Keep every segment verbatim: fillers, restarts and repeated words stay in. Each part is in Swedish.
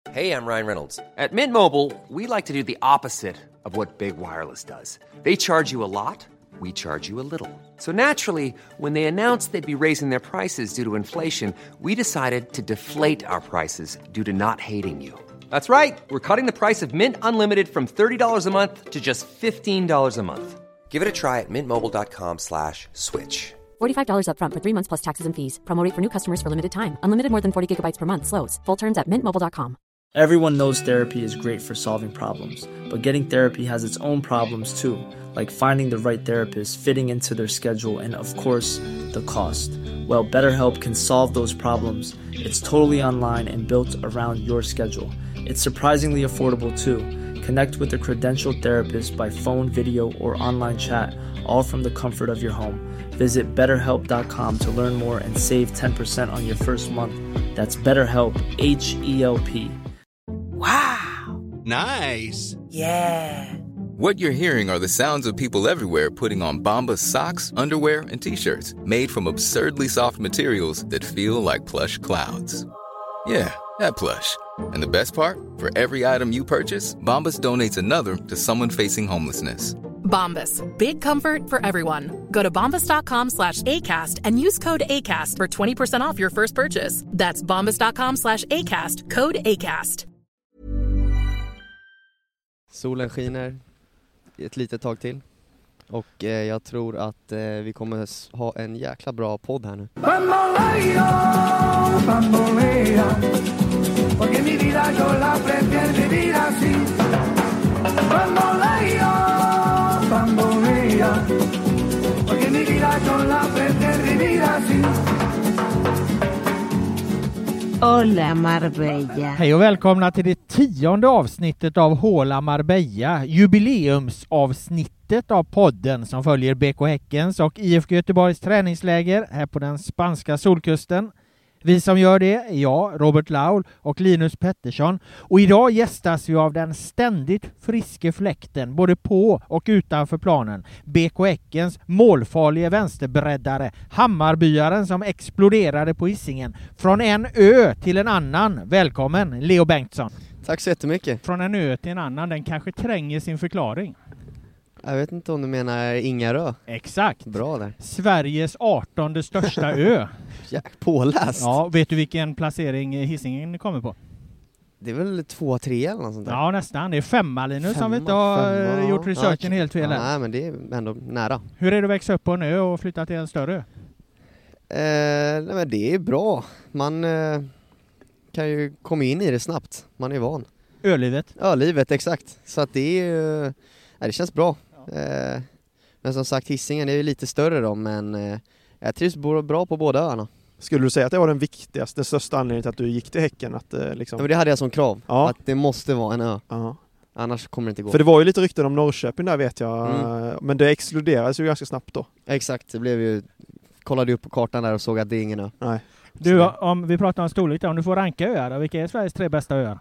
Hey, I'm Ryan Reynolds. At Mint Mobile, we like to do the opposite of what Big Wireless does. They charge you a lot, we charge you a little. So naturally, when they announced they'd be raising their prices due to inflation, we decided to deflate our prices due to not hating you. That's right. We're cutting the price of Mint Unlimited from thirty dollars a month to just fifteen dollars a month. Give it a try at mintmobile.com slash switch. forty-five dollars up front for three months plus taxes and fees. Promo rate for new customers for limited time. Unlimited more than forty gigabytes per month slows. Full terms at mint mobile dot com. Everyone knows therapy is great for solving problems, but getting therapy has its own problems too, like finding the right therapist, fitting into their schedule, and of course, the cost. Well, BetterHelp can solve those problems. It's totally online and built around your schedule. It's surprisingly affordable too. Connect with a credentialed therapist by phone, video, or online chat, all from the comfort of your home. Visit better help dot com to learn more and save ten percent on your first month. That's BetterHelp, H E L P. Wow! Nice! Yeah! What you're hearing are the sounds of people everywhere putting on Bombas socks, underwear, and T-shirts made from absurdly soft materials that feel like plush clouds. Yeah, that plush. And the best part? For every item you purchase, Bombas donates another to someone facing homelessness. Bombas. Big comfort for everyone. Go to bombas.com slash ACAST and use code ACAST for twenty percent off your first purchase. That's bombas.com slash ACAST. Code ACAST. Solen skiner ett litet tag till. Och eh, jag tror att eh, vi kommer ha en jäkla bra podd här nu. Bamboleo, bamboleo, porque mi vida yo la prefiero vivir así. Bamboleo, bamboleo, porque mi vida yo la prefiero vivir así. Hola Marbella. Hej och välkomna till det tionde avsnittet av Hola Marbella, jubileumsavsnittet av podden som följer B K Häckens och I F K Göteborgs träningsläger här på den spanska solkusten. Vi som gör det är jag, Robert Laul och Linus Pettersson, och idag gästas vi av den ständigt friske fläkten både på och utanför planen. B K Häckens målfarlige vänsterbreddare, Hammarbyaren som exploderade på Hisingen. Från en ö till en annan. Välkommen Leo Bengtsson. Tack så jättemycket. Från en ö till en annan, den kanske tränger sin förklaring. Jag vet inte om du menar Ingarö. Exakt. Bra där. Sveriges artonde största ö. Ja, påläst. Ja, vet du vilken placering Hisingen kommer på? Det är väl två, tre eller något sånt där? Ja, nästan. Det är femma, Linus, femma, om vi inte har femma. gjort researchen ja, helt fel. Ja, nej, men det är ändå nära. Hur är det att växa upp på en ö och flytta till en större ö? Eh, nej, men det är bra. Man eh, kan ju komma in i det snabbt. Man är van. Ölivet? Ja, livet, exakt. Så att det är ju... Eh, det känns bra. Eh, men som sagt, Hisingen är ju lite större då, men eh, jag trivs bra på båda öarna. Skulle du säga att det var den viktigaste, den största anledningen till att du gick till Häcken? Att, eh, liksom... ja, men det hade jag som krav, ja. Att det måste vara en ö. Ja. Annars kommer det inte gå. För det var ju lite rykten om Norrköping där, vet jag, mm. men det exploderades ju ganska snabbt då. Exakt, det blev ju, kollade upp på kartan där och såg att det är ingen ö. Nej. Du, om vi pratar om storlek där, om du får ranka öar, vilka är Sveriges tre bästa öar?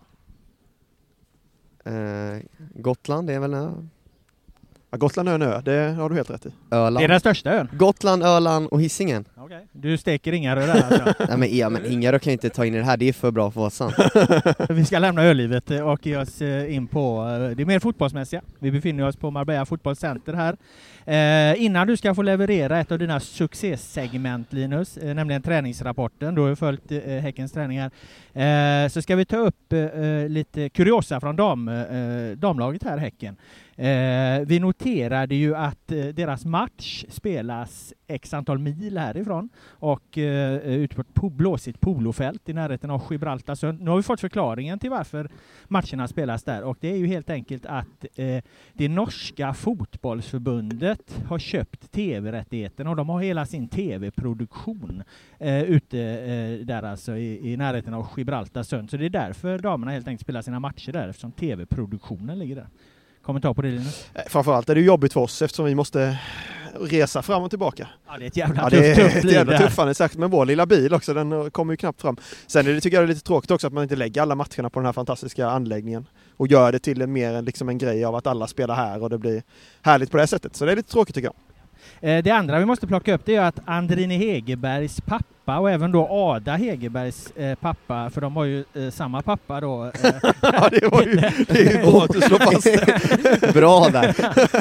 Eh, Gotland, det är väl en ö. Ja, Gotland är en ö, det har du helt rätt i. Öland. Det är den största ön. Gotland, Öland och Hisingen. Okay. Du steker Ingarö där alltså. Nej men, ja, men Ingarö kan ju inte ta in i det här, det är för bra för att vara sant. Vi ska lämna ölivet och ge oss in på det mer fotbollsmässiga. Vi befinner oss på Marbella Fotbollscenter här. Eh, innan du ska få leverera ett av dina succésegment, Linus, eh, nämligen träningsrapporten, du har ju följt eh, Häckens träningar, eh, så ska vi ta upp eh, lite kuriosa från dam, eh, damlaget här, Häcken. Eh, vi noterade ju att eh, deras match spelas x antal mil härifrån och eh, ute på ett po- blåsigt polofält i närheten av Gibraltar. Så nu har vi fått förklaringen till varför matcherna spelas där, och det är ju helt enkelt att eh, det norska fotbollsförbundet har köpt tv-rättigheten och de har hela sin tv-produktion eh, ute eh, där alltså i, i närheten av Gibraltar sund. Så det är därför damerna helt enkelt spelar sina matcher där, eftersom tv-produktionen ligger där. Kommentar på det, Linus? Framförallt är det jobbigt för oss eftersom vi måste resa fram och tillbaka. Ja, det är ett jävla ja, tufft, det är tufft ett liv jävla där. tuffande, särskilt med vår lilla bil också, den kommer ju knappt fram. Sen är det, tycker jag det är lite tråkigt också att man inte lägger alla matcherna på den här fantastiska anläggningen och gör det till en, mer än liksom en grej av att alla spelar här och det blir härligt på det sättet. Så det är lite tråkigt tycker jag. Eh, det andra vi måste plocka upp det är att Andrine Hegerbergs pappa och även då Ada Hegerbergs eh, pappa, för de har ju eh, samma pappa då. Eh, ja, det var ju, det är ju bra att du slår fast det. Bra där.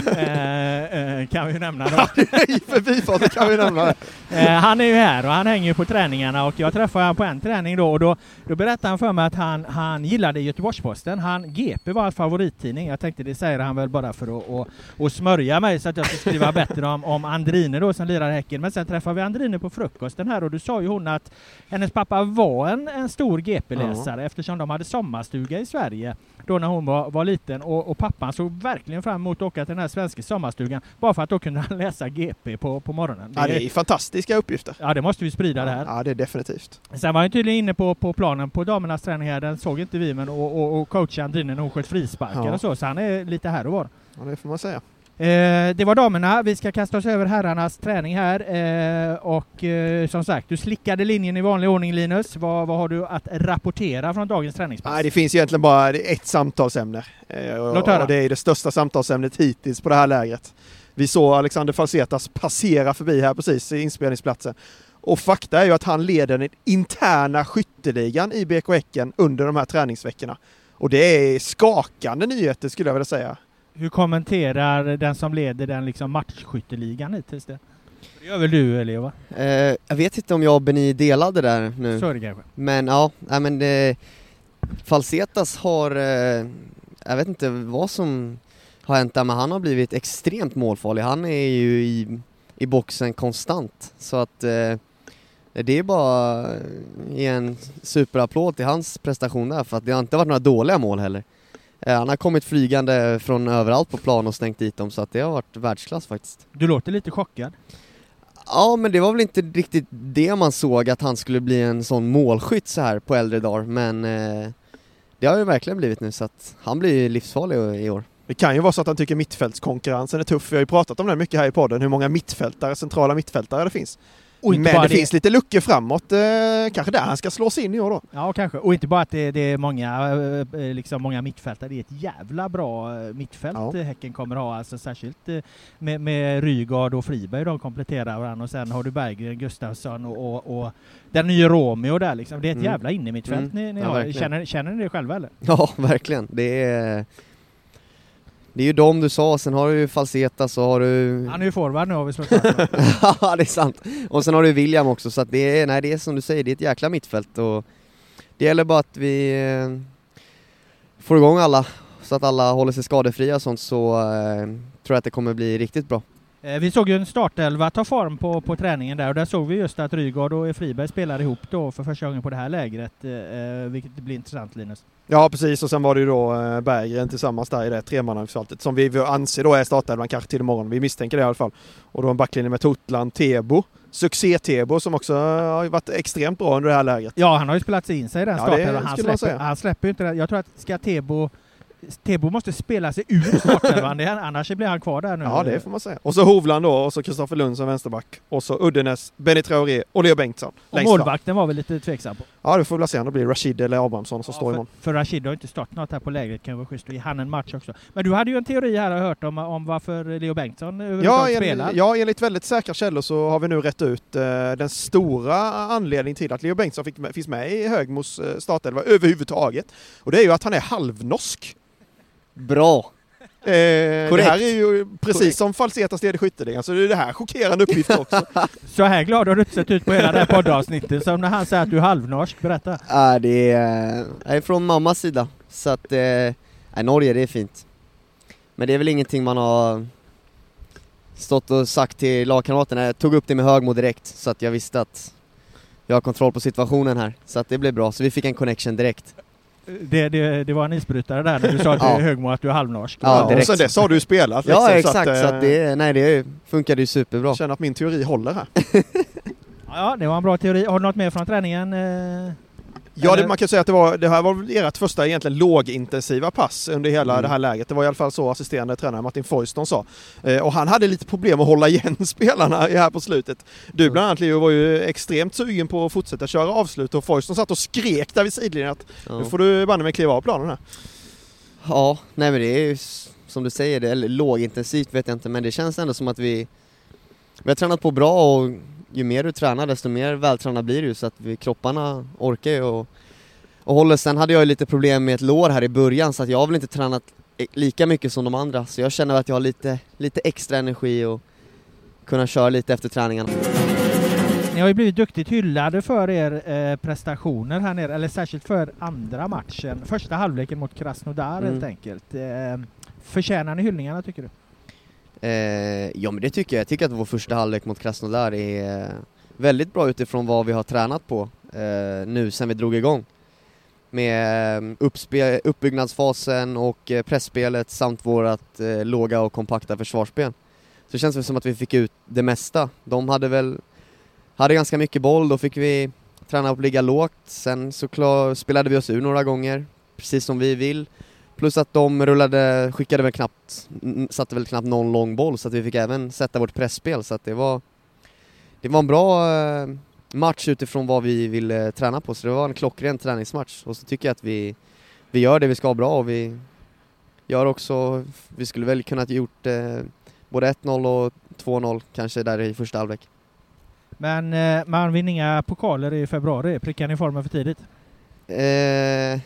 eh, eh, kan vi ju nämna då. I förbifarten kan vi nämna det. Eh, han är ju här och han hänger ju på träningarna och jag träffade honom på en träning då och då, då berättade han för mig att han, han gillade Göteborgs-Posten. Han, G P var hans favorittidning. Jag tänkte det säger han väl bara för att och, och smörja mig så att jag ska skriva bättre om, om Andrine då som lirar Häcken. Men sen träffade vi Andrine på frukosten här och du sa ju hon att hennes pappa var en, en stor G P-läsare, ja, eftersom de hade sommarstuga i Sverige då när hon var, var liten och, och pappan såg verkligen fram emot att åka till den här svenska sommarstugan bara för att då kunde han läsa G P på, på morgonen. Det, ja, det är fantastiska uppgifter. Ja, det måste vi sprida ja, det här. Ja, det är definitivt. Sen var jag tydligen inne på, på planen på damernas träning här, den såg inte vi, men och, och, och coachen Andrine när hon sköt frisparkar ja. och så, så han är lite här och var. Ja, det får man säga. Eh, det var damerna. Vi ska kasta oss över herrarnas träning här eh, och eh, som sagt, du slickade linjen i vanlig ordning, Linus. Vad, vad har du att rapportera från dagens träningspass? Nej, det finns egentligen bara ett samtalsämne eh, och, och det är det största samtalsämnet hittills på det här lägret. Vi såg Alexander Falsetas passera förbi här precis i inspelningsplatsen. Och fakta är ju att han leder den interna skytteligan i B K Häcken under de här träningsveckorna. Och det är skakande nyheter skulle jag vilja säga. Hur kommenterar den som leder den liksom matchskytteligan hittills det? Det gör väl du, Leo, va? Eh, jag vet inte om jag och Benny delade där nu. Så är det kanske. Men ja, nej, men eh, Falsetas har, eh, jag vet inte vad som har hänt där, men han har blivit extremt målfarlig. Han är ju i, i boxen konstant. Så att eh, det är bara ge en superapplåd till hans prestation där, för att det har inte varit några dåliga mål heller. Han har kommit flygande från överallt på plan och stängt dit dem, så att det har varit världsklass faktiskt. Du låter lite chockad. Ja, men det var väl inte riktigt det man såg, att han skulle bli en sån målskytt så här på äldre dagar. Men eh, det har ju verkligen blivit nu, så att han blir livsfarlig i år. Det kan ju vara så att han tycker mittfältskonkurrensen är tuff. Vi har ju pratat om det mycket här i podden, hur många mittfältare, centrala mittfältare det finns. Men det, det finns lite luckor framåt, eh, kanske där han ska slå sig in i år då. Ja, kanske. Och inte bara att det, det är många, eh, liksom många mittfältare, det är ett jävla bra mittfält ja. Häcken kommer ha, alltså särskilt eh, med, med Rygaard och Friberg, de kompletterar varandra, och sen har du Berggren, Gustafsson och, och, och den nya Romeo där liksom. Det är ett mm. jävla inne mittfält mm. ni, ni ja, har. Känner, känner ni det själva eller? Ja, verkligen. Det är... Det är ju de du sa, sen har du ju Falseta, så har du... Han är ju forward nu, har vi slått fast. Ja, det är sant. Och sen har du William också, så att det är, nej, det är som du säger, det är ett jäkla mittfält. Och det gäller bara att vi eh, får igång alla, så att alla håller sig skadefria och sånt, så eh, tror jag att det kommer bli riktigt bra. Eh, vi såg ju en startelva ta form på, på träningen där, och där såg vi just att Rygaard och Friberg spelar ihop då för första gången på det här lägret, eh, vilket blir intressant, Linus. Ja, precis, och sen var det ju då Berggren tillsammans där i det tremannanfaltet som vi anser då är startelvan kanske till imorgon. Vi misstänker det i alla fall. Och då en backlinje med Totland, Tebo, succé-Tebo som också har varit extremt bra under det här läget. Ja, han har ju spelat sig in sig i den ja, startelvan. Han släpper, han släpper ju inte det. Jag tror att ska Tebo Tebo måste spela sig ur startelvan, annars blir han kvar där nu. Ja, det får man säga. Och så Hovland då, och så Kristoffer Lund som vänsterback. Och så Uddenäs, Benny Traoré och Leo Bengtsson. Och målvakten var väl lite tveksam på. Ja, det får vi väl se om det blir Rashid eller Abrahamsson som ja, står imorgon. För Rashid har inte startat något här på lägret, kan vara schysst. Och han en match också. Men du hade ju en teori här och hört om, om varför Leo Bengtsson överhuvudtaget ja, spelar. Ja, enligt väldigt säkra källor så har vi nu rätt ut uh, den stora anledningen till att Leo Bengtsson fick med, finns med i Högmos uh, startelva överhuvudtaget. Och det är ju att han är halvnorsk. Bra. Eh, det här är ju precis Korrekt. Som Falsetas leder skytteligan, så det är det här chockerande uppgifter också. Så här glad har du inte sett ut på hela det här poddavsnittet som när han säger att du är halvnorsk. Berätta. Ja, det är, jag är från mammas sida, så att eh, nej, Norge, det är fint. Men det är väl ingenting man har stått och sagt till lagkamraterna. Jag tog upp det med Högmo direkt, så att jag visste att jag har kontroll på situationen här. Så att det blev bra, så vi fick en connection direkt. Det, det, det var en isbrytare där när du sa till ja. Högmo att du är halvnorsk. Ja, ja, och sen dess har du spelat. Liksom, ja, exakt. Så att, så att det, nej, det funkade ju superbra. Jag känner att min teori håller här. Ja, det var en bra teori. Har du något mer från träningen? Eh, ja, det, man kan säga att det, var, det här var ert första egentligen lågintensiva pass under hela mm. det här läget. Det var i alla fall så assisterande tränare Martin Foyston sa. Eh, och han hade lite problem att hålla igen spelarna här på slutet. Du bland annat, Leo, var ju extremt sugen på att fortsätta köra avslut, och Foyston satt och skrek där vid sidlinjen att ja. Nu får du banne med kliva av planen här. Ja, nej men det är ju som du säger, det är lågintensivt vet jag inte, men det känns ändå som att vi Vi har tränat på bra och ju mer du tränar desto mer vältränad blir du, så att vi, kropparna orkar ju och, och håller. Sen hade jag ju lite problem med ett lår här i början, så att jag har väl inte tränat lika mycket som de andra, så jag känner att jag har lite, lite extra energi och kunna köra lite efter träningarna. Ni har ju blivit duktigt hyllade för er eh, prestationer här nere, eller särskilt för andra matchen, första halvleken mot Krasnodar mm. helt enkelt. Eh, förtjänar ni hyllningarna, tycker du? Eh, ja, men det tycker jag. Jag tycker att vår första halvlek mot Krasnodar är eh, väldigt bra utifrån vad vi har tränat på eh, nu sen vi drog igång. Med eh, uppspe- uppbyggnadsfasen och eh, pressspelet samt vårat eh, låga och kompakta försvarsspel. Så det känns väl som att vi fick ut det mesta. De hade väl hade ganska mycket boll, då fick vi träna upp ligga lågt. Sen så klar, spelade vi oss ur några gånger, precis som vi vill. Plus att de rullade, skickade väl knappt, satte väl knappt någon lång boll, så att vi fick även sätta vårt pressspel. Så att det var, det var en bra eh, match utifrån vad vi ville träna på. Så det var en klockren träningsmatch. Och så tycker jag att vi, vi gör det vi ska bra. Och vi gör också, vi skulle väl kunna ha gjort eh, både ett noll och två noll kanske där i första halvlek. Men eh, man vinner inga pokaler i februari. Prickar ni formen för tidigt? Eh,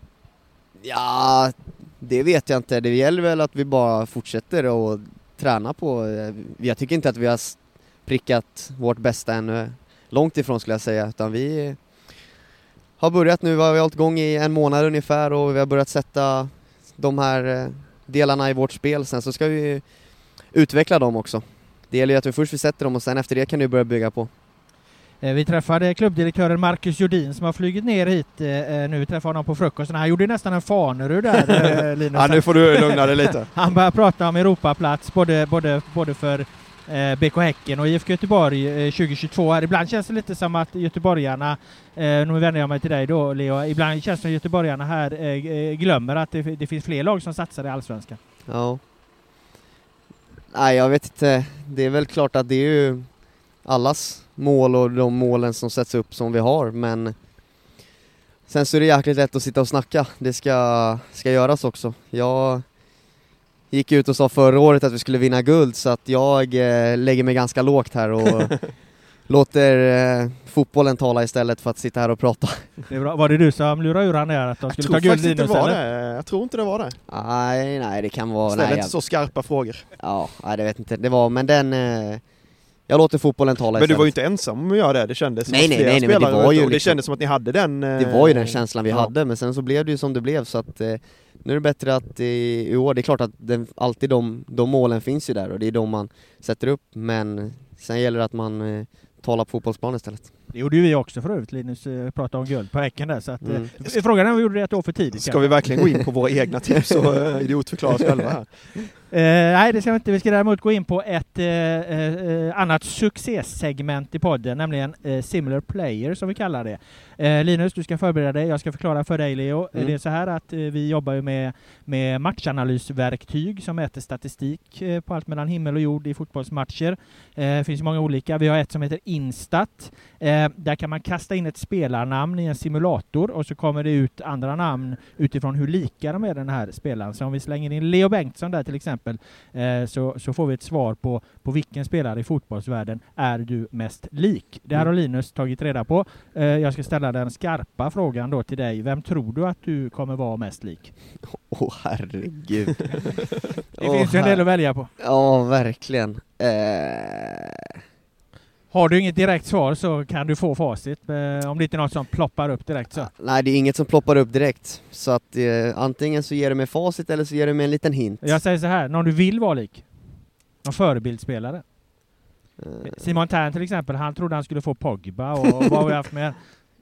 ja, det vet jag inte. Det gäller väl att vi bara fortsätter och träna på. Jag tycker inte att vi har prickat vårt bästa ännu. Långt ifrån skulle jag säga. Utan vi har börjat nu. Vi har hållit igång i en månad ungefär och vi har börjat sätta de här delarna i vårt spel. Sen så ska vi utveckla dem också. Det gäller ju att vi först sätter dem och sen efter det kan du börja bygga på. Vi träffade klubbdirektören Marcus Jordin som har flugit ner hit nu. Vi träffade honom på frukosten. Han gjorde nästan en fanerur där, Linus. Ja, nu får du lugna dig lite. Han började prata om Europaplats både, både, både för B K Häcken och I F K Göteborg tjugohundratjugotvå. Här. Ibland känns det lite som att göteborgarna, nu vänder jag mig till dig då, Leo, ibland känns det som att göteborgarna här glömmer att det, det finns fler lag som satsar i Allsvenskan. Ja. Nej, jag vet inte. Det är väl klart att det är ju allas mål och de målen som sätts upp som vi har, men sen så är det jäkligt lätt att sitta och snacka. Det ska, ska göras också. Jag gick ut och sa förra året att vi skulle vinna guld, så att jag eh, lägger mig ganska lågt här och låter eh, fotbollen tala istället för att sitta här och prata. Det är bra. Var det du som lurade ur han där att de skulle ta guld, Linus? Var det. Jag tror inte det var det. Nej, nej, det kan vara... Ställ nej, inte jag... så skarpa frågor. Ja, nej, det vet inte. Det var, men den... Eh... Jag låter fotbollen tala men istället. du var ju inte ensam om att göra det. Det kändes som nej, att nej, flera nej, spelare men det var ju och det liksom... kändes som att ni hade den... Eh... Det var ju den känslan vi ja. hade, men sen så blev det ju som det blev, så att eh, nu är det bättre att eh, i år, det är klart att den, alltid de, de målen finns ju där och det är de man sätter upp, men sen gäller det att man eh, talar på fotbollsplanen istället. Det gjorde ju vi också förut, Linus pratade om guld på Häcken där, så att mm. eh, frågan är om vi gjorde det ett år för tidigt. Ska vi verkligen gå in på våra egna tips och uh, idiotförklara oss själva här? Eh, nej, det ska vi inte. Vi ska däremot gå in på ett eh, eh, annat succésegment i podden, nämligen eh, Similar Player som vi kallar det. Eh, Linus, du ska förbereda dig. Jag ska förklara för dig, Leo. Mm. Det är så här att eh, vi jobbar ju med, med matchanalysverktyg som mäter statistik eh, på allt mellan himmel och jord i fotbollsmatcher. Eh, det finns många olika. Vi har ett som heter Instat. Eh, där kan man kasta in ett spelarnamn i en simulator och så kommer det ut andra namn utifrån hur lika de är den här spelaren. Så om vi slänger in Leo Bengtsson där till exempel, eh, så, så får vi ett svar på, på vilken spelare i fotbollsvärlden är du mest lik. Det här har Linus tagit reda på. Eh, jag ska ställa den skarpa frågan då till dig. Vem tror du att du kommer vara mest lik? Åh oh, herregud. Det oh, finns ju en del att välja på. Ja, verkligen. Eh... Har du inget direkt svar så kan du få facit. Eh, om det inte är något som ploppar upp direkt så. Nej, det är inget som ploppar upp direkt. Så att eh, antingen så ger du mig facit eller så ger du mig en liten hint. Jag säger så här, någon du vill vara lik. Någon förebildsspelare. Eh. Simon Tern till exempel, han trodde han skulle få Pogba och vad har vi haft med?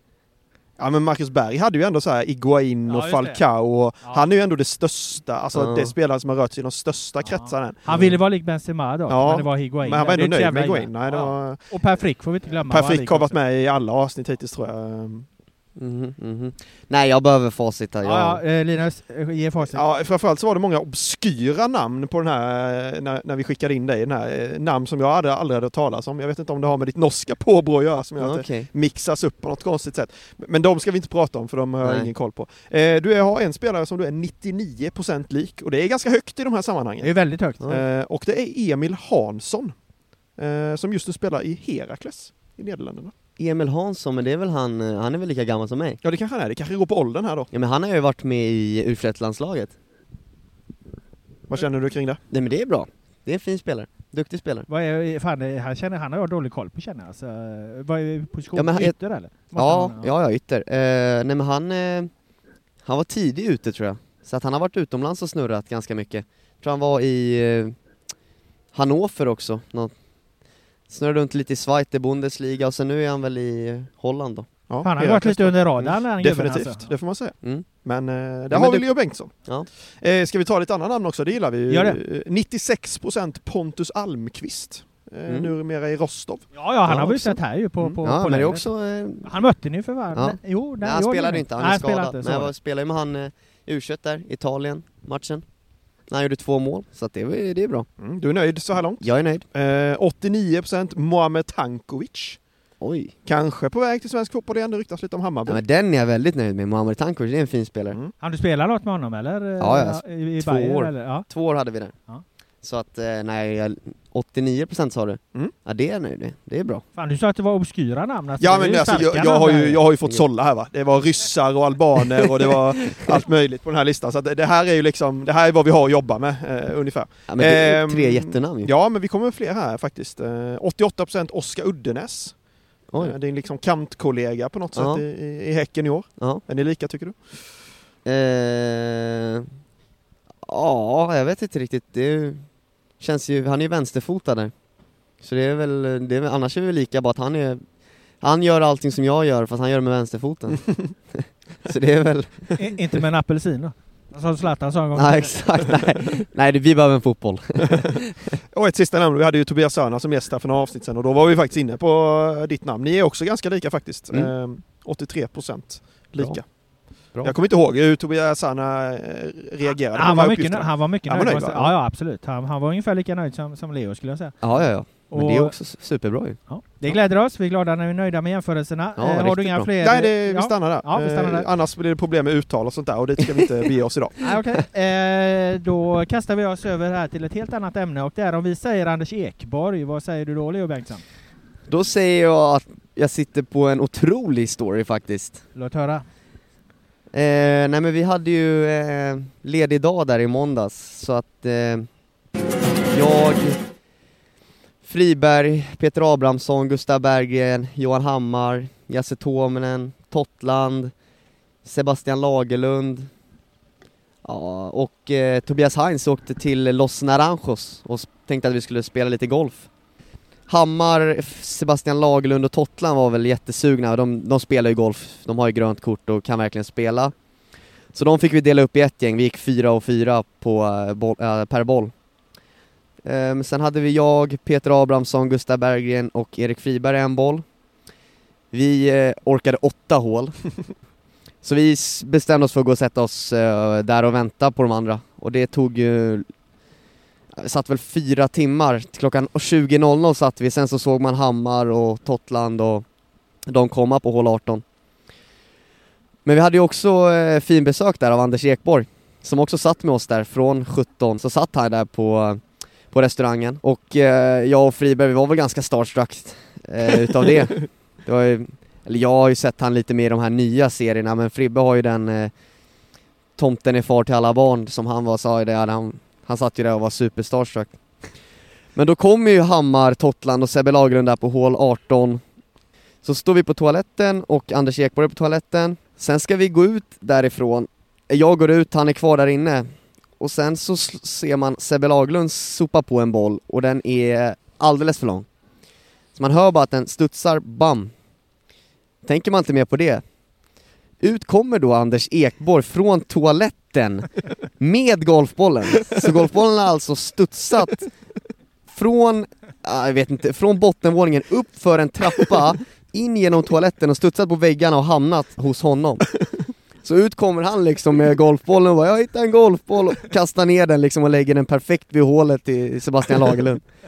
Ja, men Marcus Berg hade ju ändå så här Higuain och ja, Falcao och ja. Han är ju ändå det största, alltså ja. Det spelare som har rört sig i de största kretsarna. Ja. Han ville vara lik Benzema då, ja. men det var Higuain. Men han var ändå nöjd med Higuain. Nej, det ja. var... Och Per Frick får vi inte glömma. Per Frick har varit med i alla avsnitt hittills tror jag. Mm-hmm, mm-hmm. Nej, jag behöver facit här. Ja, ja, Linus, ge facit. Ja, framförallt så var det många obskyra namn på den här, när, när vi skickade in dig, den här namn som jag hade aldrig hade talat om. Jag vet inte om det har med ditt norska påbrå att göra som gör att okay. det mixas upp på något konstigt sätt. Men de ska vi inte prata om för de har jag ingen koll på. Eh, du har en spelare som du är nittionio procent lik och det är ganska högt i de här sammanhangen. Det är väldigt högt. Eh, och det är Emil Hansson. Eh, som just nu spelar i Herakles i Nederländerna. Emil Hansson, men det är väl han, han är väl lika gammal som mig? Ja, det kanske han är. Det kanske går på åldern här då. Ja, men han har ju varit med i U tjugoett-landslaget. Vad känner du kring det? Nej, men det är bra. Det är en fin spelare. Duktig spelare. Vad är, fan, han, känner, han har dålig koll på, känner alltså. Vad är position? Ja, men han, ytter eller? Ja, han, ja, ja, ytter. Eh, nej, men han, eh, han var tidig ute, tror jag. Så att han har varit utomlands och snurrat ganska mycket. Jag tror han var i eh, Hannover också. Något. Snurrade runt lite i Schweiz, Bundesliga, och sen nu är han väl i Holland då. Ja, han har varit lite under radarn. Mm. Definitivt, alltså. Det får man säga. Mm. Men eh, där ja, har men vi du... Leo Bengtsson. Ja. Eh, ska vi ta lite andra namn också? Det gillar vi. Gör det. nittiosex procent Pontus Almqvist. Eh, Mm. numera i Rostov. Ja, ja, han ja, har vi också. sett här ju på, Mm. på, Ja, på men det är lägret. också... Eh... Han mötte ni för varv. Ja. Nej, jo, nej, nej, han jo, spelade nej. inte, han nej, är skadad. inte, Men jag spelade ju med han eh, U tjugoett där, Italien, matchen. Han gjorde två mål, så att det, det är bra. Mm, du är nöjd så här långt? Jag är nöjd. Eh, åttionio procent Mohamed Tankovic. Oj. Kanske på väg till svensk fotboll, det ändå ryktas lite om Hammarby. Ja, men den är jag väldigt nöjd med. Mohamed Tankovic, det är en fin spelare. Mm. Han du spelar något med honom eller? Ja, ja. I, i två Bayern, år. Eller? Ja. Två år hade vi där. Ja. Så att, eh, nej, jag, åttionio procent sa du. Mm. Ja, det är jag nöjd med. Det är bra. Fan, du sa att det var obskyra namn. Alltså, Ja, det är men ju alltså, jag, starka jag, har namn ju, där. jag har ju fått sålla här va. Det var ryssar och albaner och det var allt möjligt på den här listan. Så att det, det här är ju liksom, det här är vad vi har att jobba med eh, ungefär. Ja, men det är Ehm, tre jättenamn ju. Ja, men vi kommer med fler här faktiskt. Eh, åttioåtta procent Oskar Uddenäs. Oj. Eh, det är liksom kantkollega på något Ja. sätt i, i, i Häcken i år. Ja. Är ni lika, tycker du? Eh, ja, jag vet inte riktigt. Det är ju, känns ju, han är ju vänsterfotad där. Så det är väl, det är, annars är vi lika, bara att han är, han gör allting som jag gör, fast han gör det med vänsterfoten. Så det är väl... I, inte med en apelsin då? Som Zlatan sa en gång. Nej, exakt. Nej, nej det, vi behöver en fotboll. Och ett sista namn, vi hade ju Tobias Sörna som gäst här för några avsnitt sedan och då var vi faktiskt inne på ditt namn. Ni är också ganska lika faktiskt. Mm. Ehm, åttiotre procent lika. Bra. Bra. Jag kommer inte ihåg hur Tobias Sörna reagerade. Han, han, på var de här mycket, uppgifterna. han var mycket Han nöjd. var nöjd, måste- va? ja, ja, absolut. Han, han var ungefär lika nöjd som, som Leo skulle jag säga. Ja, ja, ja. Men Och- det är också superbra ju. Ja. Det gläder oss. Vi är glada när vi är nöjda med jämförelserna. Ja, eh, har du riktigt inga bra. fler? Nej, det, vi Ja. stannar där. Ja, vi stannar där. Eh, annars blir det problem med uttal och sånt där och det ska vi inte bege oss idag. Nej, okej. Eh, då kastar vi oss över här till ett helt annat ämne och där om vi säger Anders Ekborg, vad säger du då, Leo Bengtsson? Då säger jag att jag sitter på en otrolig story faktiskt. Låt höra. Eh, nej men vi hade ju eh, ledig dag där i måndags, så att eh, jag, Friberg, Peter Abrahamsson, Gustav Berggren, Johan Hammar, Jasse Tuominen, Tottland, Sebastian Lagerlund, ja, och eh, Tobias Heinz åkte till Los Naranjos och tänkte att vi skulle spela lite golf. Hammar, Sebastian Lagerlund och Tottland var väl jättesugna. De, de spelar ju golf, de har ju grönt kort och kan verkligen spela. Så de fick vi dela upp i ett gäng. Vi gick fyra och fyra på, äh, boll, äh, per boll. Um, sen hade vi jag, Peter Abrahamsson, Gustav Berggren och Erik Friberg en boll. Vi uh, orkade åtta hål. Så vi bestämde oss för att gå och sätta oss uh, där och vänta på de andra. Och det tog ju... Vi satt väl fyra timmar, klockan tjugo noll noll satt vi, sen så såg man Hammar och Tottland och de komma på hål arton. Men vi hade ju också eh, fin besök där av Anders Ekborg, som också satt med oss där från sjutton, så satt han där på, på restaurangen. Och eh, jag och Friberg, vi var väl ganska starstruck eh, utav det. Det var ju, eller jag har ju sett han lite mer i de här nya serierna, men Fribbe har ju den eh, Tomten är far till alla barn som han var, sa i det, han Han satt ju där och var superstarstruck. Men då kommer ju Hammar, Tottland och Sebbe Lagerlund där på hål arton. Så står vi på toaletten och Anders Ekborg är på toaletten. Sen ska vi gå ut därifrån. Jag går ut, han är kvar där inne. Och sen så ser man Sebbe Lagerlund sopa på en boll och den är alldeles för lång. Så man hör bara att den studsar, bam. Tänker man inte mer på det. Ut kommer då Anders Ekborg från toaletten med golfbollen. Så golfbollen har alltså studsat från, jag vet inte, från bottenvåningen upp för en trappa, in genom toaletten och studsat på väggarna och hamnat hos honom. Så ut kommer han liksom med golfbollen och bara, jag hittar en golfboll och kastar ner den liksom och lägger den perfekt vid hålet till Sebastian Lagerlund.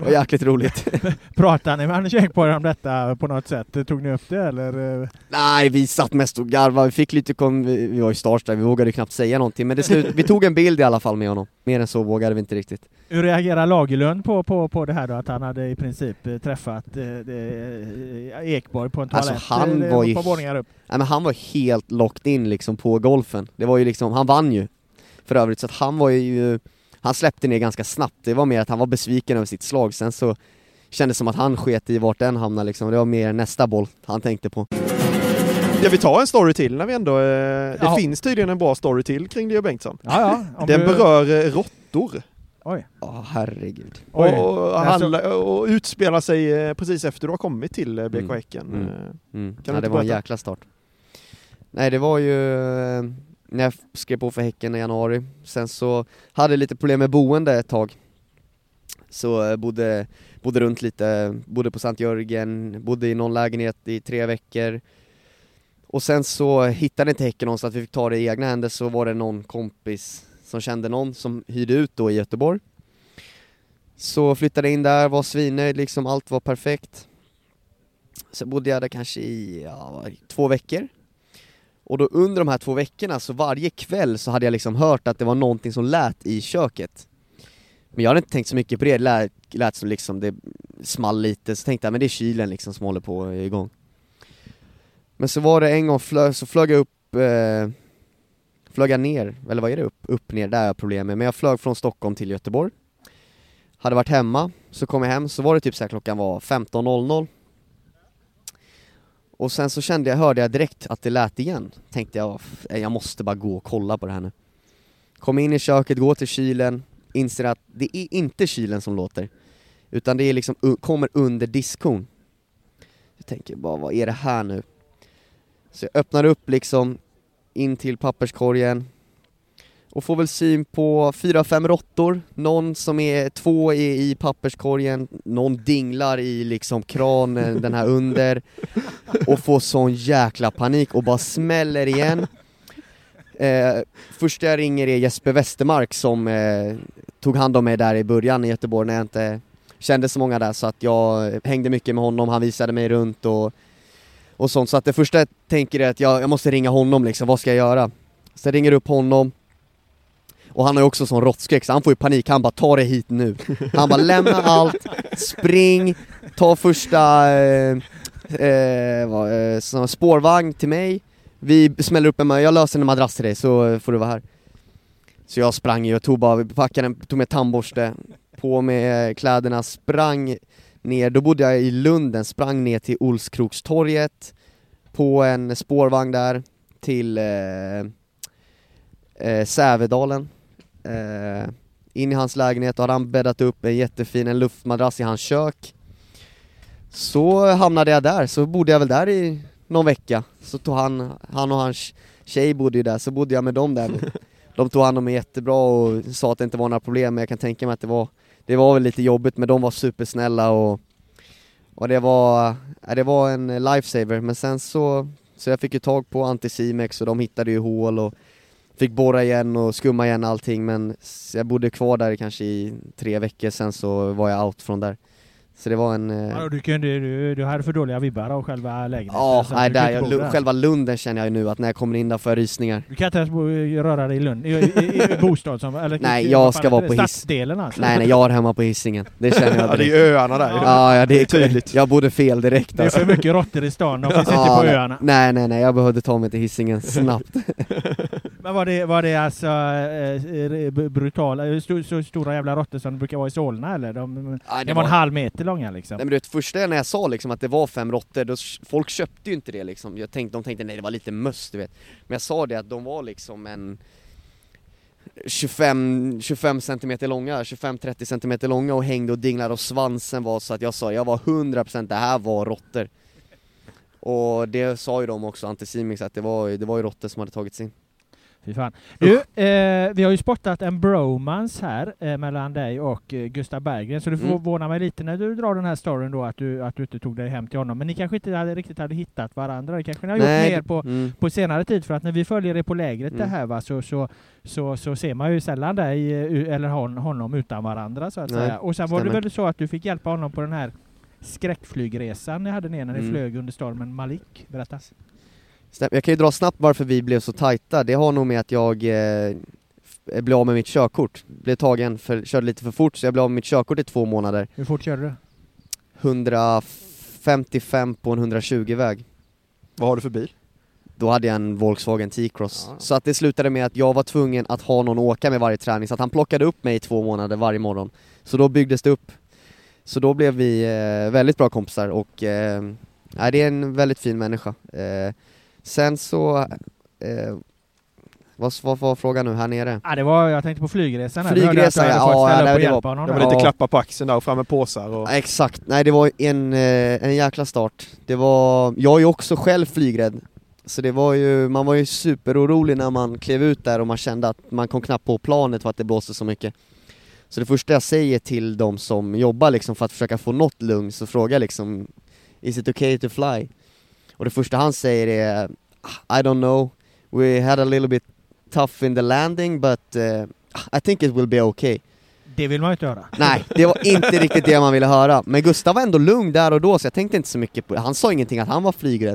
Det var jäkligt roligt. Pratade ni med Anders Ekborg om detta på något sätt? Tog ni upp det eller? Nej, vi satt mest och garvade. Vi fick lite kom... vi var ju starstruck, vi vågade knappt säga någonting. Men det slut... vi tog en bild i alla fall med honom. Mer än så vågade vi inte riktigt. Hur reagerar Lagerlund på, på, på det här då? Att han hade i princip träffat eh, eh, Ekborg på en toalett? Alltså han var ju... Nej, men han var helt locked in liksom på golfen. Det var ju liksom, han vann ju för övrigt. Så att han var ju... Han släppte ner ganska snabbt. Det var mer att han var besviken över sitt slag. Sen så kändes det som att han sket i vart den hamnade liksom. Det var mer nästa boll han tänkte på. Ja, vi tar en story till när vi ändå... Eh, det ja. finns tydligen en bra story till kring Leo Bengtsson. Ja, ja. Den du... berör eh, råttor. Oj. Ja, oh, herregud. Och, och, handla, och utspelar sig eh, precis efter du har kommit till eh, B K Häcken. Mm. Mm. Mm. Kan ja, det var en jäkla start. Nej, det var ju... Eh, när jag skrev på för Häcken i januari. Sen så hade jag lite problem med boende ett tag. Så eh, bodde, bodde runt lite, bodde på Sankt Jörgen, bodde i någon lägenhet i tre veckor. Och sen så hittade inte Häcken någon så att vi fick ta det i egna händer. Så var det någon kompis som kände någon som hyrde ut då i Göteborg. Så flyttade in där, var svinnöjd, liksom allt var perfekt. Så bodde jag där kanske i ja, två veckor. Och då under de här två veckorna så varje kväll så hade jag liksom hört att det var någonting som lät i köket. Men jag hade inte tänkt så mycket på det. Det lät, lät som liksom det small lite. Så tänkte jag, men det är kylen liksom som håller på igång. Men så var det en gång flö, så flög jag upp eh, flög jag ner, eller vad är det upp? Upp ner, där är jag problemet. Men jag flög från Stockholm till Göteborg. Hade varit hemma, så kom jag hem. Så var det typ så här, klockan var femton noll noll. Och sen så kände jag, hörde jag direkt att det lät igen. Tänkte jag, jag måste bara gå och kolla på det här nu. Kom in i köket, gå till kylen. Inser att det är inte kylen som låter. Utan det är liksom, kommer under diskon. Jag tänker bara, vad är det här nu? Så jag öppnar upp liksom in till papperskorgen. Och får väl syn på fyra, fem råttor. Någon som är, två är i papperskorgen. Någon dinglar i liksom kranen, den här under. Och får sån jäkla panik och bara smäller igen. Eh, första jag ringer är Jesper Westermark som eh, tog hand om mig där i början i Göteborg när jag inte kände så många där. Så att jag hängde mycket med honom, han visade mig runt och, och sånt. Så att det första jag tänker är att jag, jag måste ringa honom liksom, vad ska jag göra? Så jag ringer upp honom. Och han har ju också sån råttskräck så han får ju panik, han bara ta det hit nu. Han bara lämna allt, spring, ta första eh, eh, vad, eh, spårvagn till mig. Vi smäller upp en, jag löser en madrass till dig så får du vara här. Så jag sprang ju och tog bara, packade en, tog med tandborste, på med kläderna, sprang ner, då bodde jag i Lunden, sprang ner till Olskrokstorget på en spårvagn där till eh, eh, Sävedalen. Eh, in i hans lägenhet och hade han bäddat upp en jättefin en luftmadrass i hans kök. Så hamnade jag där, så bodde jag väl där i någon vecka. Så tog han, han och hans tjej bodde ju där, så bodde jag med dem där. De tog hand om mig jättebra och sa att det inte var några problem, men jag kan tänka mig att det var, det var väl lite jobbigt, men de var supersnälla och, och det var, det var en lifesaver. Men sen så, så jag fick ju tag på Anticimex och de hittade ju hål och fick borra igen och skumma igen allting, men jag bodde kvar där kanske i tre veckor, sen så var jag out från där. Så det var en... Ja, du, kunde, du, du hade för dåliga vibbar av själva lägenheten. Ja, nej, där, jag, l- själva Lunden känner jag ju nu att när jag kommer in där får jag rysningar. Du kan inte ens bo, röra dig i Lund, i, i, i bostad som, eller nej, jag ska vara på stadsdelen alltså. Nej, nej, jag är hemma på Hisingen. Det känner jag. Ja, det är öarna där. Ja, ja, det är tydligt. Jag bodde fel direkt. Det är för mycket råttor i stan, de finns ja, inte på nej, öarna. Nej, nej, nej, jag behövde ta mig till Hisingen snabbt. Men var det, var det alltså eh, brutala, st- så stora jävla råttor som det brukar vara i Solna, eller? De, ja, det, det var en halv meter långa liksom. Nej, men det första när jag sa liksom att det var fem råttor, då folk köpte ju inte det liksom. Jag tänkte, de tänkte nej, det var lite möss, du vet. Men jag sa det att de var liksom en tjugofem, tjugofem centimeter långa, tjugofem till trettio centimeter långa och hängde och dinglade och svansen var så att jag sa, jag var hundra procent det här var råttor. Och det sa ju de också, Anticimex, att det var, det var ju råttor som hade tagits in. Fy fan. Du, eh, vi har ju spottat en bromance här eh, mellan dig och eh, Gustav Berggren, så du får Mm. förvåna mig lite när du drar den här storyn då, att du, att du inte tog dig hem till honom. Men ni kanske inte hade, riktigt hade hittat varandra. Det kanske ni har Nej, gjort mer på, mm. på senare tid, för att när vi följer er på lägret Mm. det här va, så, så, så, så ser man ju sällan dig eh, eller hon, honom utan varandra så att Nej, säga. Och sen var det stämmer. väl så att du fick hjälpa honom på den här skräckflygresan ni hade ner när ni Mm. flög under stormen Malik. Berättas. Stäm- Jag kan ju dra snabbt varför vi blev så tajta. Det har nog med att jag eh, f- blev av med mitt körkort. Blev tagen, för, körde lite för fort, så jag blev av med mitt körkort i två månader. Hur fort körde du? hundrafemtiofem på en hundratjugo-väg. Vad har du för bil? Då hade jag en Volkswagen T-Cross. Ja. Så att det slutade med att jag var tvungen att ha någon att åka med varje träning. Så att han plockade upp mig i två månader varje morgon. Så då byggdes det upp. Så då blev vi eh, väldigt bra kompisar. Och eh, nej, det är en väldigt fin människa. Eh, sen så... Eh, vad vad var frågan nu här nere? Ah, det var, jag tänkte på flygresan. Här. Flygresan, ja. ja, Ja, ja, det det var, var- honom Det var där. lite Ja. klappa på axeln där och fram med påsar. Och... Ja, exakt, nej det var en, eh, en jäkla start. Det var, jag är ju också själv flygrädd. Så det var ju, man var ju superorolig när man klev ut där och man kände att man kom knappt på planet för att det blåste så mycket. Så det första jag säger till de som jobbar liksom för att försöka få något lugn, så frågar jag liksom, is it okay to fly? Och det första han säger är, I don't know, we had a little bit tough in the landing but uh, I think it will be okay. Det vill man ju inte höra. Nej, det var inte riktigt det man ville höra. Men Gustav var ändå lugn där och då, så jag tänkte inte så mycket på det. Han sa ingenting att han var flygrädd.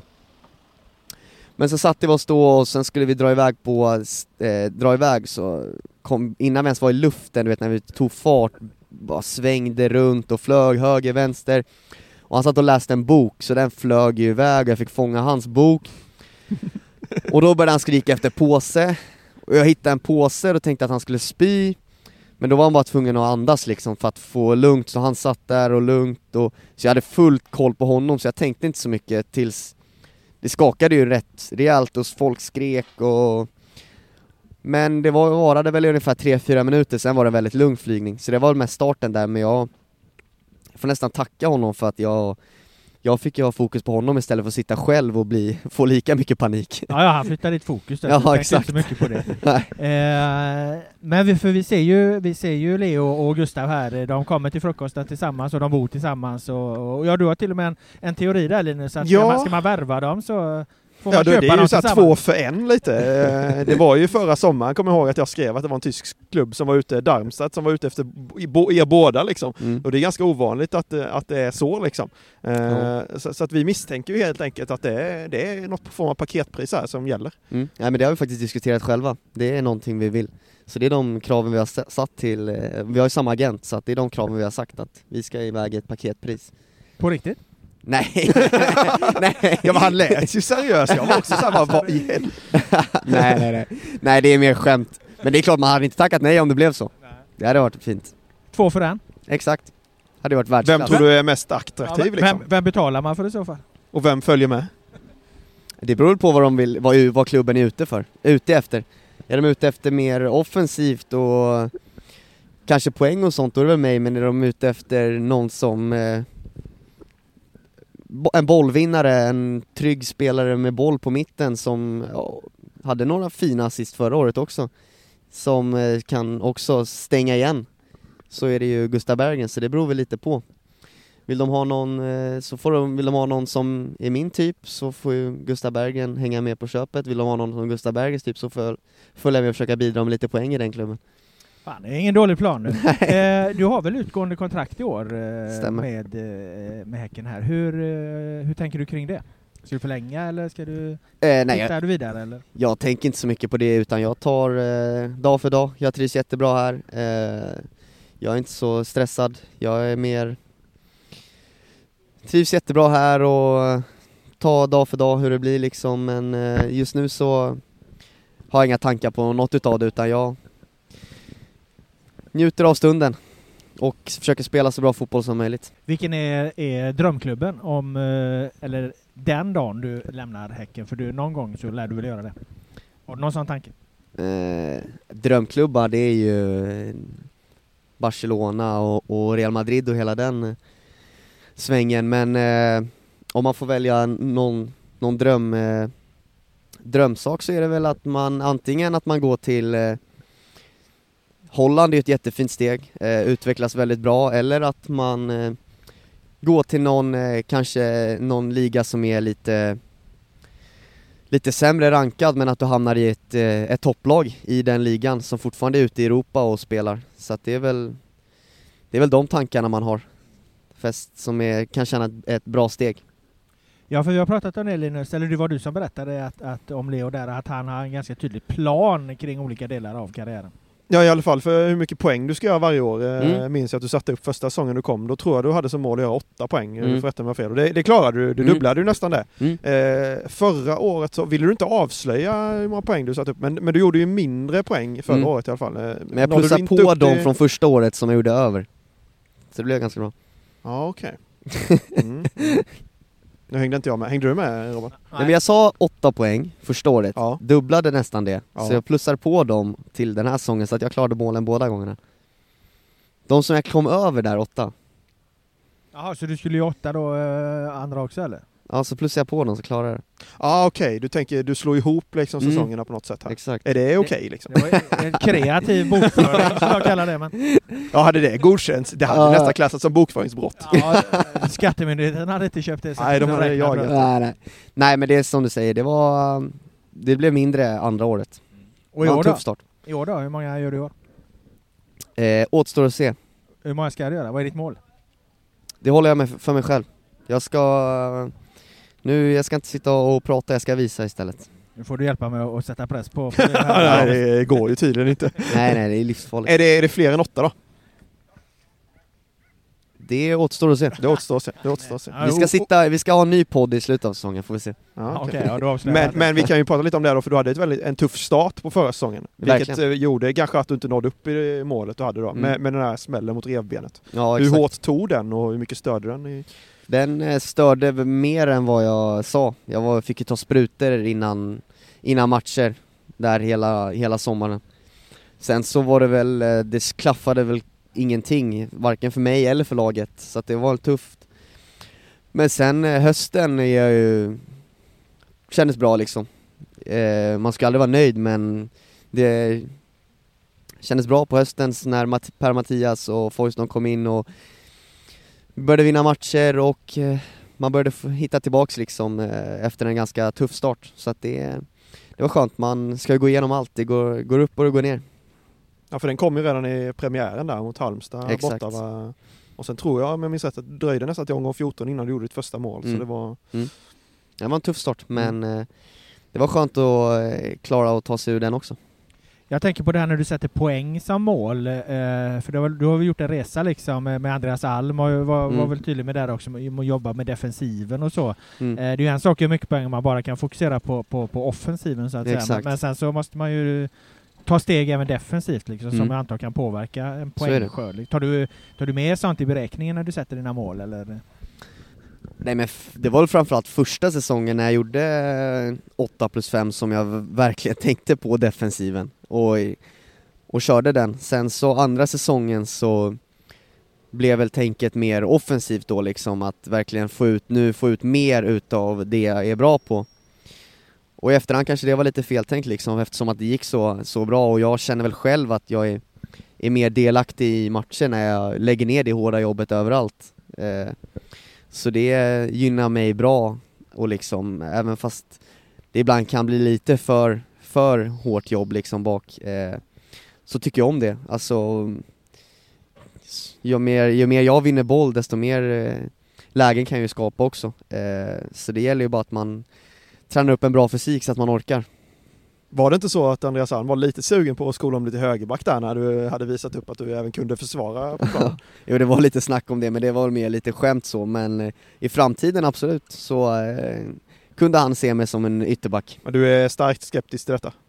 Men så satt vi oss då och sen skulle vi dra iväg på eh, dra iväg så kom, innan vi ens var i luften, du vet när vi tog fart, bara svängde runt och flög höger, vänster. Och han satt och läste en bok, så den flög ju iväg och jag fick fånga hans bok. Och då började han skrika efter påse. Och jag hittade en påse och tänkte att han skulle spy. Men då var han bara tvungen att andas liksom för att få lugnt, så han satt där och lugnt och, så jag hade fullt koll på honom, så jag tänkte inte så mycket tills det skakade ju rätt rejält och folk skrek och... Men det var, varade väl ungefär tre fyra minuter, sen var det en väldigt lugn flygning, så det var med starten där. Men jag får nästan tacka honom för att jag Jag fick ju ha fokus på honom istället för att sitta själv och bli, få lika mycket panik. Ja, ja, han flyttar ditt fokus där. Ja, Jag exakt. inte så mycket på det. eh, men vi, för vi ser ju vi ser ju Leo och Gustav här. De kommer till frukosten tillsammans och de bor tillsammans. Och, och ja, du har till och med en, en teori där, Linus, att Ja. ska, man, ska man värva dem så får Ja, man då, köpa det är ju dem så här tillsammans. två för en lite. Eh, Det var ju förra sommaren, kommer jag ihåg att jag skrev att det var en tysk klubb som var ute, Darmstadt, som var ute efter i bo- er båda liksom. Mm. Och det är ganska ovanligt att, det- att det är så liksom. Eh, Ja. så, så att vi misstänker ju helt enkelt att det är, det är något form av paketpris här som gäller. Mm. Ja, men det har vi faktiskt diskuterat själva. Det är någonting vi vill. Så det är de kraven vi har s- satt till, eh, vi har ju samma agent, så att det är de kraven vi har sagt att vi ska iväg ett paketpris. På riktigt? Nej. nej. Ja, men han lät ju seriös. Jag var också samma, vad i helvete? nej, nej, nej. Nej, det är mer skämt. Men det är klart, man hade inte tackat nej om det blev så. Det hade varit fint. Två för en? Exakt. Hade varit världsklass. Vem tror du är mest attraktiv Ja, liksom? vem, vem betalar man för i så fall? Och vem följer med? Det beror på vad de vill, vad, vad klubben är ute för. Ute efter. Är de ute efter mer offensivt och kanske poäng och sånt, då är det väl mig. Men är de ute efter någon som eh, bo- en bollvinnare, en trygg spelare med boll på mitten som ja, hade några fina assist förra året också, som eh, kan också stänga igen, så är det ju Gustav Berggren. Så det beror väl lite på. Vill de ha någon, eh, så får de, vill de ha någon som är min typ, så får ju Gustav Berggren hänga med på köpet. Vill de ha någon som Gustav Berggrens typ, så får, får jag försöka bidra med lite poäng i den klubben. Fan, det är ingen dålig plan nu. eh, du har väl utgående kontrakt i år eh, Stämmer. med, eh, med Häcken här. Hur, eh, hur tänker du kring det? Ska du förlänga eller ska du Eh, nej, tittar jag, du vidare? Eller? jag tänker inte så mycket på det, utan jag tar eh, dag för dag. Jag trivs jättebra här. Eh, jag är inte så stressad. Jag är mer... Trivs jättebra här och tar dag för dag hur det blir liksom. Men eh, just nu så har jag inga tankar på något utav det, utan jag njuter av stunden och försöker spela så bra fotboll som möjligt. Vilken är, är drömklubben om, eh, eller den dagen du lämnar Häcken? För du, någon gång så lär du väl göra det. Har du någon sån tanke? Eh, drömklubbar, det är ju eh, Barcelona och, och Real Madrid och hela den eh, svängen. Men eh, om man får välja någon, någon dröm, eh, drömsak så är det väl att man antingen att man går till eh, Holland är ett jättefint steg, eh, utvecklas väldigt bra, eller att man eh, går till någon eh, kanske någon liga som är lite lite sämre rankad, men att du hamnar i ett, eh, ett topplag i den ligan som fortfarande är ute i Europa och spelar. Så att det är väl det är väl de tankarna man har fest som är, kan känna ett, ett bra steg. Ja, för vi har pratat om det, Linus, eller det var du som berättade att, att om Leo där, att han har en ganska tydlig plan kring olika delar av karriären. Ja, i alla fall för hur mycket poäng du ska göra varje år. Mm. Minns jag att du satte upp första säsongen du kom. Då tror jag du hade som mål att göra åtta poäng. Mm. Du får rätta mig fel. Och det, det klarade du. Du Mm. dubblade ju nästan det. Mm. Eh, förra året så ville du inte avslöja hur många poäng du satte upp. Men, men du gjorde ju mindre poäng förra Mm. året i alla fall. Eh, Men jag plussade på dem till... från första året som jag gjorde över. Så det blev ganska bra. Ja, okej. Okay. Mm. Nu hängde inte jag med. Hängde du med, Robert? Nej, men jag sa åtta poäng första året. Ja. Dubblade nästan det. Ja. Så jag plussade på dem till den här säsongen så att jag klarade målen båda gångerna. De som jag kom över där, åtta. Jaha, så du skulle ju åtta då eh, andra också, eller? Ja, så plussade jag på dem så klarade jag det. Ja, ah, okej. Okay. Du tänker, du slår ihop liksom Mm. säsongerna på något sätt här. Exakt. Är det okej okay, liksom? Det var en kreativ bokföring som jag kallar det. Men... Ja, hade det godkänts. Det hade Ja. nästan klassats som bokföringsbrott. Ja, skattemyndigheten hade inte köpt det. Så Nej, de hade jagat. Nej, nej. nej, men det är som du säger. Det var... Det blev mindre andra året. Och i Det var år en då? tuff start. I år då? Hur många gör du i år? Eh, återstår att se. Hur många ska du göra? Vad är ditt mål? Det håller jag med för mig själv. Jag ska... Nu, jag ska inte sitta och prata, jag ska visa istället. Nu får du hjälpa mig att sätta press på. Det nej, det går ju tydligen inte. Nej, nej, det är livsfarligt. Är det, är det fler än åtta då? Det återstår att se. Det återstår att se. Det återstår att se. Vi ska sitta, vi ska ha en ny podd i slutet av säsongen, får vi se. Ja, okay. Okay, ja, då men, men vi kan ju prata lite om det då, för du hade ett väldigt, en tuff start på förra säsongen. Vilket Verkligen. gjorde kanske att du inte nådde upp i målet du hade då, mm. med, med den här smällen mot revbenet. Ja, hur exakt. hårt tog den och hur mycket störde den? I... Den störde mer än vad jag sa. Jag var, fick ju ta sprutor innan, innan matcher där hela, hela sommaren. Sen så var det väl, det klaffade väl ingenting, varken för mig eller för laget, så att det var tufft. Men sen hösten är jag ju, kändes bra liksom. Eh, man ska aldrig vara nöjd, men det kändes bra på hösten när Matt- Per Mattias och Foyston kom in och började vinna matcher och eh, man började f- hitta tillbaks liksom eh, efter en ganska tuff start. Så att det, det var skönt, man ska gå igenom allt, det går, går upp och det går ner. Ja, för den kom ju redan i premiären där mot Halmstad. Exakt. Borta, va? Och sen tror jag, om jag minns rätt, att det dröjde nästan till omgång fjorton innan du gjorde ditt första mål. Mm. Så det var... Mm. Det var en tuff start, men mm. eh, det var skönt att eh, klara att ta sig ur den också. Jag tänker på det här när du sätter poäng som mål, eh, för du har, du har väl gjort en resa liksom med Andreas Alm och var, mm. var väl tydlig med det också, med att jobba med defensiven och så. Mm. Eh, det är ju en sak hur mycket poäng man bara kan fokusera på, på, på offensiven så att säga. Men, men sen så måste man ju ta steg även defensivt liksom, mm. som jag antar kan påverka en poängskörd. Tar du, tar du med sånt i beräkningen när du sätter dina mål? Eller? Nej, men f- det var väl framförallt första säsongen när jag gjorde åtta plus fem som jag verkligen tänkte på defensiven och, och körde den. Sen så andra säsongen så blev väl tänket mer offensivt då liksom, att verkligen få ut, nu få ut mer utav det jag är bra på. Och i efterhand kanske det var lite feltänkt liksom, eftersom att det gick så, så bra, och jag känner väl själv att jag är, är mer delaktig i matchen när jag lägger ner det hårda jobbet överallt. Eh, så det gynnar mig bra, och liksom, även fast det ibland kan bli lite för, för hårt jobb liksom bak, eh, så tycker jag om det. Alltså, ju mer, ju mer jag vinner boll, desto mer eh, lägen kan jag ju skapa också. Eh, så det gäller ju bara att man tränar upp en bra fysik så att man orkar. Var det inte så att Andreas Alm var lite sugen på att skola om lite högerback där när du hade visat upp att du även kunde försvara på planen? Jo, det var lite snack om det, men det var mer lite skämt så. Men eh, i framtiden absolut så eh, kunde han se mig som en ytterback. Men du är starkt skeptisk till detta?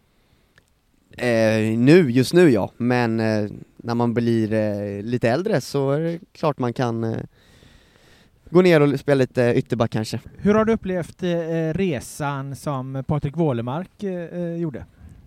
Eh, nu, just nu ja. Men eh, när man blir eh, lite äldre så är det klart man kan eh, gå ner och spela lite ytterback kanske. Hur har du upplevt eh, resan som Patrik Wålemark eh, gjorde?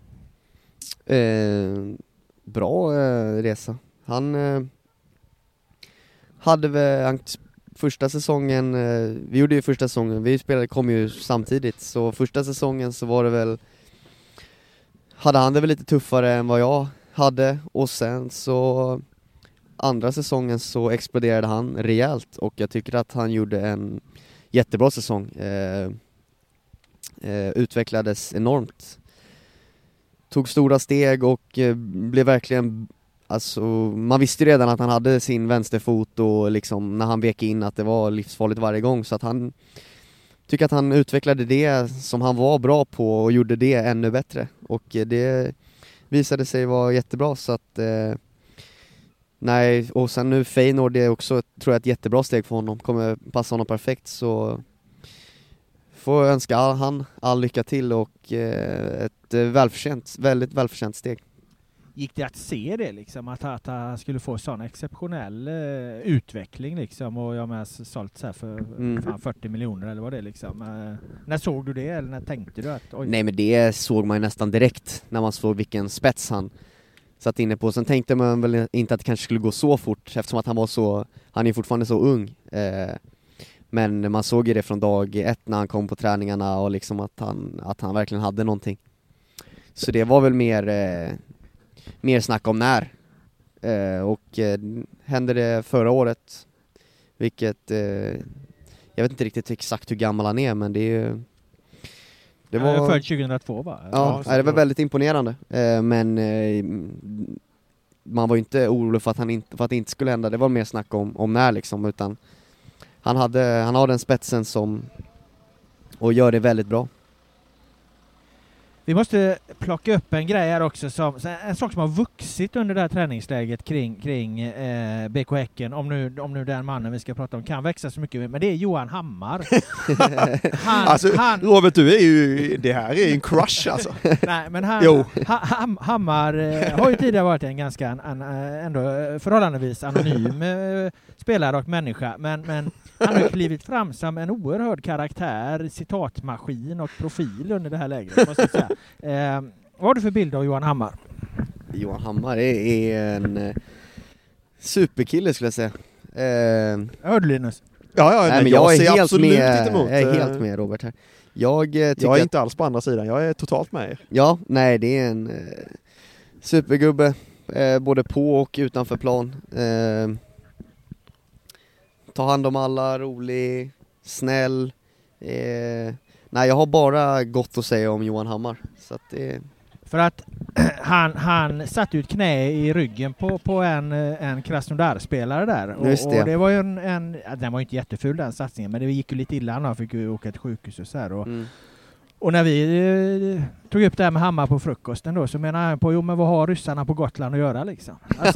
Eh, bra eh, resa. Han eh, hade väl, han första säsongen, eh, vi gjorde ju första säsongen, vi spelade, kom ju samtidigt, så första säsongen så var det väl, hade han det väl lite tuffare än vad jag hade, och sen så andra säsongen så exploderade han rejält, och jag tycker att han gjorde en jättebra säsong. Eh, eh, utvecklades enormt. Tog stora steg och eh, blev verkligen, alltså man visste redan att han hade sin vänsterfot, och liksom när han vek in att det var livsfarligt varje gång, så att han tycker att han utvecklade det som han var bra på och gjorde det ännu bättre, och eh, det visade sig vara jättebra, så att eh, nej, och sen nu Feyenoord, det är också, tror jag, ett jättebra steg för honom, kommer passa honom perfekt, så får jag önska all, han all lycka till, och eh, ett välförtjänt, väldigt välförtjänt steg. Gick det att se det liksom, att, att han skulle få sån exceptionell eh, utveckling liksom, och jag med sålt så här för mm. fan, fyrtio miljoner eller vad det är liksom. Eh, när såg du det, eller när tänkte du att oj. Nej, men det såg man ju nästan direkt när man såg vilken spets han satt inne på. Sen tänkte man väl inte att det kanske skulle gå så fort, eftersom att han var så, han är fortfarande så ung. Eh, men man såg ju det från dag ett när han kom på träningarna, och liksom att han, att han verkligen hade någonting. Så det var väl mer eh, mer snack om när. Eh, och eh, hände det förra året, vilket eh, jag vet inte riktigt exakt hur gammal han är, men det är ju det var ja, född tjugohundratvå va? Ja, ja, det var väldigt imponerande. Eh, men eh, man var ju inte orolig för att han inte för att det inte skulle hända. Det var mer snack om om när liksom, utan han hade han har den spetsen som, och gör det väldigt bra. Vi måste plocka upp en grej här också, som, en sak som har vuxit under det här träningsläget kring, kring eh, B K Häcken, om nu, om nu den mannen vi ska prata om kan växa så mycket, men det är Johan Hammar. han, alltså, han, Robert, du är ju, det här är en crush alltså. Nej, men han, ha, ham, Hammar eh, har ju tidigare varit en ganska en, en, ändå förhållandevis anonym eh, spelare och människa, men, men han har klivit fram som en oerhörd karaktär, citatmaskin och profil under det här läget, måste jag säga. Eh, vad har du för bild av Johan Hammar? Johan Hammar är, är en eh, superkille, skulle jag säga. Eh, Hörde Linus? Ja, ja, nej, nej, men jag, jag ser är helt absolut med, inte emot. Jag är helt med Robert här. Jag, eh, jag är inte alls på andra sidan, jag är totalt med er. Ja, nej, det är en eh, supergubbe, eh, både på och utanför plan. Eh, ta hand om alla, rolig, snäll. Eh, nej, jag har bara gott att säga om Johan Hammar. Så att det... För att han, han satte ut knä i ryggen på, på en, en Krasnodar-spelare där. Och, Just det. och det var ju en, en, den var ju inte jätteful den satsningen, men det gick ju lite illa, han fick ju åka till sjukhus och så här. Och, mm. och när vi eh, tog upp det här med Hammar på frukosten då, så menar han på, jo men vad har ryssarna på Gotland att göra liksom? Alltså,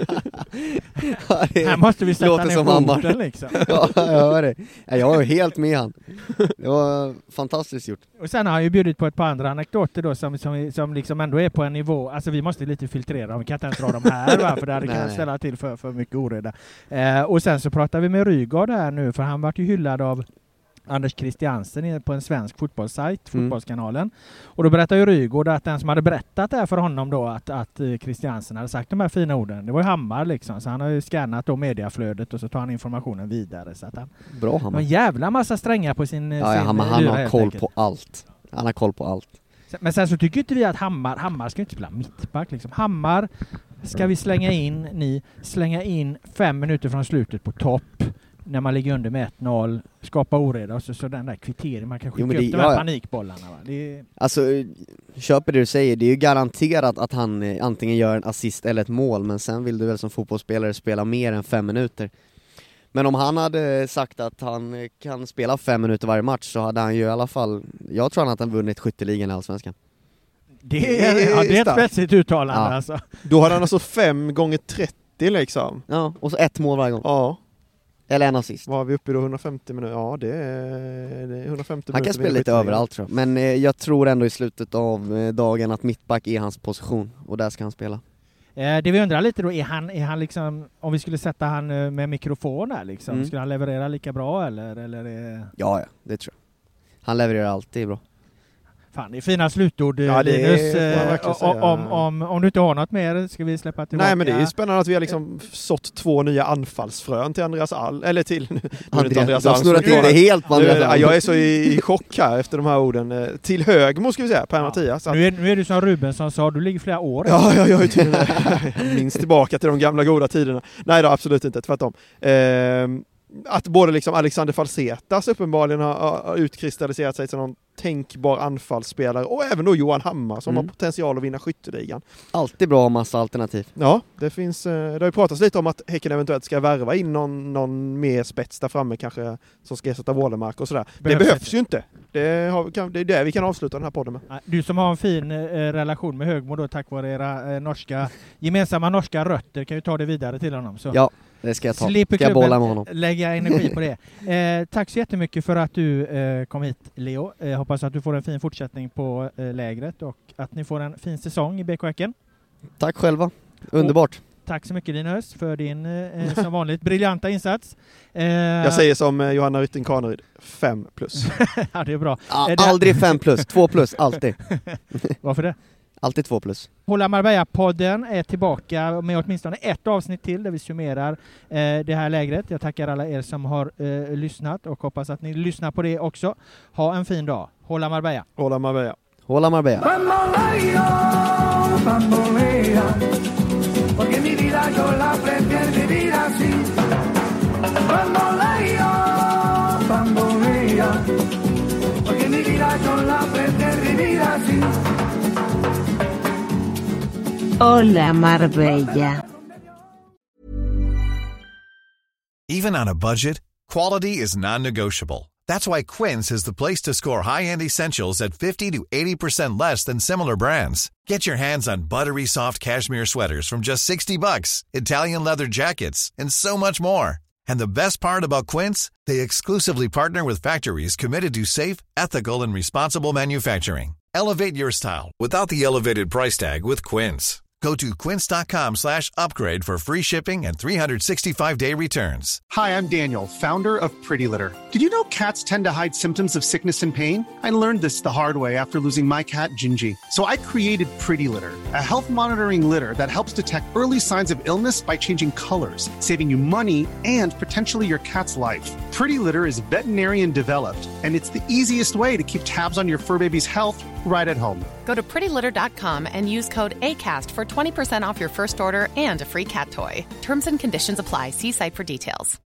ja, här måste vi sätta ner foten liksom. Ja, jag hör det. Jag är helt med han. Det var fantastiskt gjort. Och sen har han ju bjudit på ett par andra anekdoter då, som, som, som liksom ändå är på en nivå, alltså vi måste lite filtrera dem, vi kan inte ens dra dem här va? För det hade kan ställa till för, för mycket oreda. Eh, och sen så pratar vi med Rygaard här nu, för han var ju hyllad av Anders Christiansen på en svensk fotbollssajt, mm. Fotbollskanalen. Och då berättade ju Rygaard att den som hade berättat det här för honom då, att, att Christiansen hade sagt de här fina orden, det var ju Hammar liksom, så han har ju skannat då mediaflödet och så tar han informationen vidare. Så att han, bra Hammar. En jävla massa strängar på sin... Ja, sin ja, Hammar, han har koll på allt. Han har koll på allt. Men sen så tycker inte vi att Hammar, Hammar ska inte spela mittback liksom. Hammar ska vi slänga in, ni slänga in fem minuter från slutet på topp. När man ligger under med ett noll, skapa oreda och så, så den där kvitteringen, man kan skicka jo, det, upp de här ja, panikbollarna. Va? Det är... Alltså, köper det du säger, det är ju garanterat att han eh, antingen gör en assist eller ett mål, men sen vill du väl som fotbollsspelare spela mer än fem minuter. Men om han hade sagt att han kan spela fem minuter varje match, så hade han ju i alla fall, jag tror att han vunnit skytteligan i Allsvenskan. Det är, ja, det är ett spetsigt uttalande ja. Alltså. Då hade han alltså fem gånger trettio liksom. Ja, och så ett mål varje gång. Ja. Eller en assist. Var vi uppe då hundrafemtio minuter? Ja, det är, det är hundrafemtio han minuter. kan spela lite överallt tror jag. Men eh, jag tror ändå i slutet av eh, dagen att mittback är hans position. Och där ska han spela. Eh, det vi undrar lite då, är han, är han liksom, om vi skulle sätta han eh, med mikrofon här liksom, mm. skulle han leverera lika bra eller? eller är... Ja, ja, det tror jag. Han levererar alltid bra. Fan, det är fina slutord, ja, det Linus. Är, om, om, om, om du inte har något mer ska vi släppa tillbaka. Nej, men det är ju spännande att vi har liksom sått två nya anfallsfrön till Andreas All, eller till Andreas, Andreas All. Snurrat inte helt på Andreas All. Jag är så i, i chock här efter de här orden. Till Högmo ska vi säga, Per ja. Mattias. Nu är, nu är du som Ruben som sa, du ligger flera år. Ja, ja, jag är tydligen minst tillbaka till de gamla goda tiderna. Nej då, absolut inte, tvärtom. Ehm, att både liksom Alexander Falsetas uppenbarligen har, har utkristalliserat sig som någon tänkbar anfallsspelare och även då Johan Hammar som mm. har potential att vinna skytteligan. Alltid bra att ha massa alternativ. Ja, det finns, det har ju pratats lite om att Häcken eventuellt ska värva in någon, någon mer spets där framme kanske som ska ersätta Wålemark och sådär. Behövs det behövs inte. ju inte. Det, har, det är det vi kan avsluta den här podden med. Du som har en fin eh, relation med Högmo då tack vare era eh, norska, gemensamma norska rötter kan ju ta det vidare till honom. Så. Ja. Det ska jag ta. Slipper ska jag bolla med honom. Lägga energi på det. Eh, tack så jättemycket för att du eh, kom hit, Leo. Eh, hoppas att du får en fin fortsättning på eh, lägret och att ni får en fin säsong i B K Häcken. Tack själva. Underbart. Och tack så mycket Linus för din eh, som vanligt briljanta insats. Eh, jag säger som eh, Johanna Rytting Kaneryd, fem plus. Ja, det är bra. Ja, aldrig fem plus, två plus, alltid. Varför det? Alltid två plus. Hålla Marbella-podden är tillbaka med åtminstone ett avsnitt till där vi summerar eh, det här lägret. Jag tackar alla er som har eh, lyssnat och hoppas att ni lyssnar på det också. Ha en fin dag. Hålla Marbella. Hålla Marbella. Hålla Marbella. Hola Marbella. Even on a budget, quality is non-negotiable. That's why Quince is the place to score high-end essentials at fifty to eighty percent less than similar brands. Get your hands on buttery soft cashmere sweaters from just sixty bucks, Italian leather jackets, and so much more. And the best part about Quince, they exclusively partner with factories committed to safe, ethical, and responsible manufacturing. Elevate your style without the elevated price tag with Quince. Go to quince.com slash upgrade for free shipping and three sixty-five day returns. Hi, I'm Daniel, founder of Pretty Litter. Did you know cats tend to hide symptoms of sickness and pain? I learned this the hard way after losing my cat, Gingy. So I created Pretty Litter, a health monitoring litter that helps detect early signs of illness by changing colors, saving you money and potentially your cat's life. Pretty Litter is veterinarian developed, and it's the easiest way to keep tabs on your fur baby's health right at home. Go to pretty litter dot com and use code ACAST for twenty percent off your first order and a free cat toy. Terms and conditions apply. See site for details.